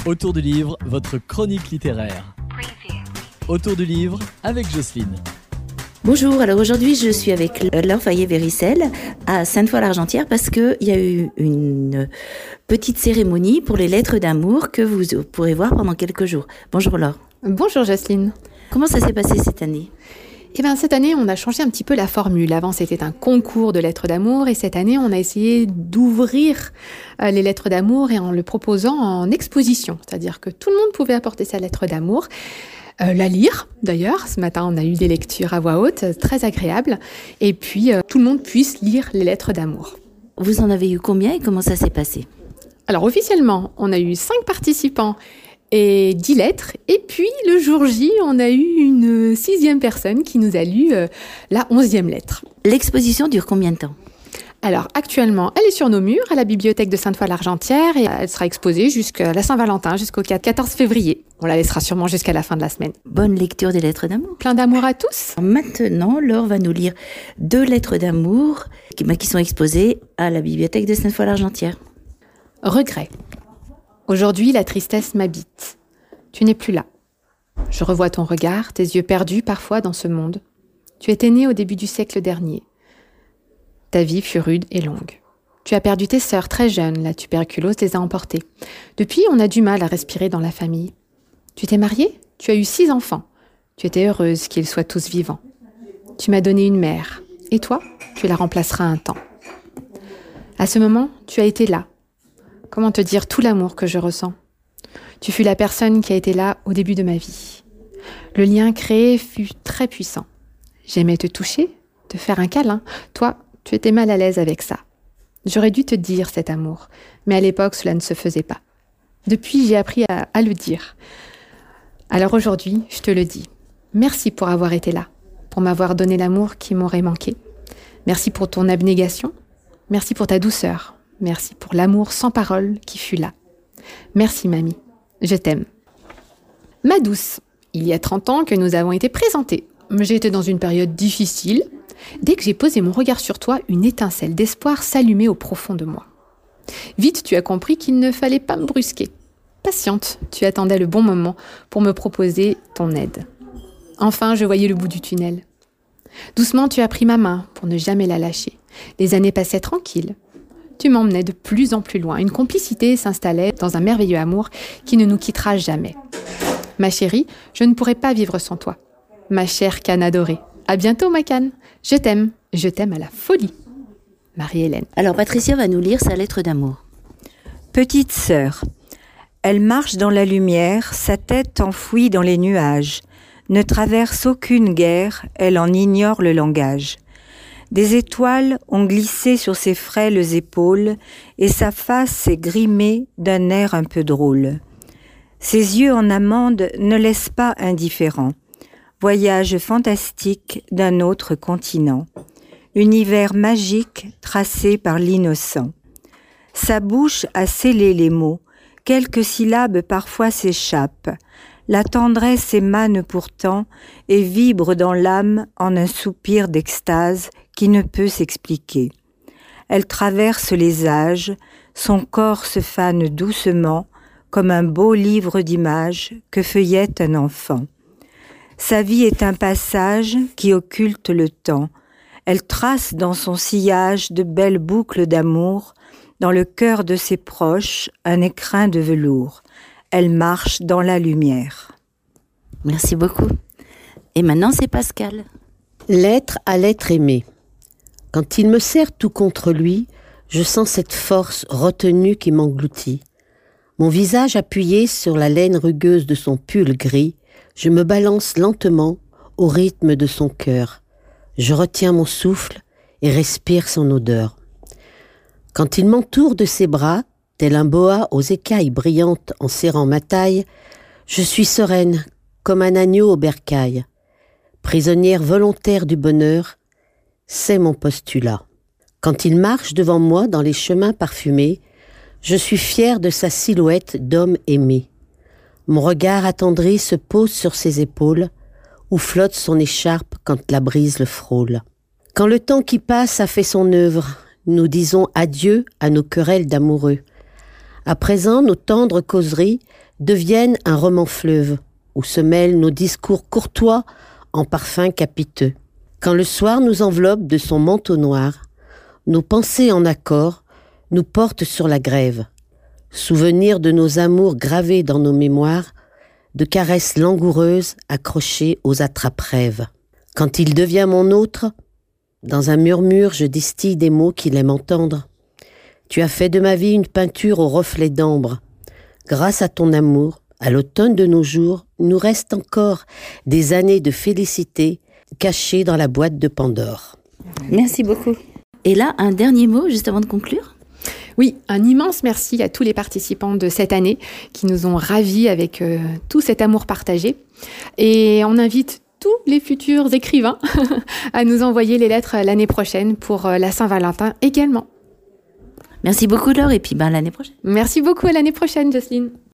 Autour du livre, votre chronique littéraire. Autour du livre avec Jocelyne. Bonjour, alors aujourd'hui je suis avec Laure Fayet-Véricel à Sainte-Foy-l'Argentière parce qu'il y a eu une petite cérémonie pour les lettres d'amour que vous pourrez voir pendant quelques jours. Bonjour Laure. Bonjour Jocelyne. Comment ça s'est passé cette année ? Cette année, on a changé un petit peu la formule. Avant, c'était un concours de lettres d'amour et cette année, on a essayé d'ouvrir les lettres d'amour et en le proposant en exposition. C'est-à-dire que tout le monde pouvait apporter sa lettre d'amour, la lire d'ailleurs. Ce matin, on a eu des lectures à voix haute, très agréables. Et puis, tout le monde puisse lire les lettres d'amour. Vous en avez eu combien et comment ça s'est passé ? Alors officiellement, on a eu 5 participants et 10 lettres. Et puis, le jour J, on a eu une 6e personne qui nous a lu la 11e lettre. L'exposition dure combien de temps ? Alors, actuellement, elle est sur nos murs à la bibliothèque de Sainte-Foy-l'Argentière et elle sera exposée jusqu'à la Saint-Valentin, jusqu'au 14 février. On la laissera sûrement jusqu'à la fin de la semaine. Bonne lecture des lettres d'amour. Plein d'amour à tous. Maintenant, Laure va nous lire 2 lettres d'amour qui sont exposées à la bibliothèque de Sainte-Foy-l'Argentière. Regret. Aujourd'hui, la tristesse m'habite. Tu n'es plus là. Je revois ton regard, tes yeux perdus parfois dans ce monde. Tu étais né au début du siècle dernier. Ta vie fut rude et longue. Tu as perdu tes sœurs très jeunes, la tuberculose les a emportées. Depuis, on a du mal à respirer dans la famille. Tu t'es mariée ? Tu as eu 6 enfants. Tu étais heureuse qu'ils soient tous vivants. Tu m'as donné une mère. Et toi, tu la remplaceras un temps. À ce moment, tu as été là. Comment te dire tout l'amour que je ressens ? Tu fus la personne qui a été là au début de ma vie. Le lien créé fut très puissant. J'aimais te toucher, te faire un câlin. Toi, tu étais mal à l'aise avec ça. J'aurais dû te dire cet amour, mais à l'époque, cela ne se faisait pas. Depuis, j'ai appris à le dire. Alors aujourd'hui, je te le dis. Merci pour avoir été là, pour m'avoir donné l'amour qui m'aurait manqué. Merci pour ton abnégation. Merci pour ta douceur. Merci pour l'amour sans parole qui fut là. Merci mamie, je t'aime. Ma douce, il y a 30 ans que nous avons été présentés. J'ai été dans une période difficile. Dès que j'ai posé mon regard sur toi, une étincelle d'espoir s'allumait au profond de moi. Vite, tu as compris qu'il ne fallait pas me brusquer. Patiente, tu attendais le bon moment pour me proposer ton aide. Enfin, je voyais le bout du tunnel. Doucement, tu as pris ma main pour ne jamais la lâcher. Les années passaient tranquilles. Tu m'emmenais de plus en plus loin. Une complicité s'installait dans un merveilleux amour qui ne nous quittera jamais. Ma chérie, je ne pourrais pas vivre sans toi. Ma chère Canne adorée. À bientôt, ma Canne. Je t'aime à la folie. Marie-Hélène. Alors, Patricia va nous lire sa lettre d'amour. Petite sœur, elle marche dans la lumière, sa tête enfouie dans les nuages. Ne traverse aucune guerre, elle en ignore le langage. Des étoiles ont glissé sur ses frêles épaules et sa face s'est grimée d'un air un peu drôle. Ses yeux en amande ne laissent pas indifférent. Voyage fantastique d'un autre continent. Univers magique tracé par l'innocent. Sa bouche a scellé les mots. Quelques syllabes parfois s'échappent. La tendresse émane pourtant et vibre dans l'âme en un soupir d'extase qui ne peut s'expliquer. Elle traverse les âges, son corps se fane doucement comme un beau livre d'images que feuillette un enfant. Sa vie est un passage qui occulte le temps. Elle trace dans son sillage de belles boucles d'amour, dans le cœur de ses proches un écrin de velours. Elle marche dans la lumière. Merci beaucoup. Et maintenant, c'est Pascal. Lettre à l'être aimé. Quand il me serre tout contre lui, je sens cette force retenue qui m'engloutit. Mon visage appuyé sur la laine rugueuse de son pull gris, je me balance lentement au rythme de son cœur. Je retiens mon souffle et respire son odeur. Quand il m'entoure de ses bras, tel un boa aux écailles brillantes en serrant ma taille, je suis sereine comme un agneau au bercail. Prisonnière volontaire du bonheur, c'est mon postulat. Quand il marche devant moi dans les chemins parfumés, je suis fière de sa silhouette d'homme aimé. Mon regard attendri se pose sur ses épaules, où flotte son écharpe quand la brise le frôle. Quand le temps qui passe a fait son œuvre, nous disons adieu à nos querelles d'amoureux. À présent, nos tendres causeries deviennent un roman fleuve, où se mêlent nos discours courtois en parfums capiteux. Quand le soir nous enveloppe de son manteau noir, nos pensées en accord nous portent sur la grève. Souvenirs de nos amours gravés dans nos mémoires, de caresses langoureuses accrochées aux attrape-rêves. Quand il devient mon autre, dans un murmure je distille des mots qu'il aime entendre. Tu as fait de ma vie une peinture aux reflets d'ambre. Grâce à ton amour, à l'automne de nos jours, nous reste encore des années de félicité cachées dans la boîte de Pandore. Merci beaucoup. Et là, un dernier mot juste avant de conclure. Oui, un immense merci à tous les participants de cette année qui nous ont ravis avec tout cet amour partagé. Et on invite tous les futurs écrivains à nous envoyer les lettres l'année prochaine pour la Saint-Valentin également. Merci beaucoup Laure et puis l'année prochaine. Merci beaucoup, à l'année prochaine Jocelyne.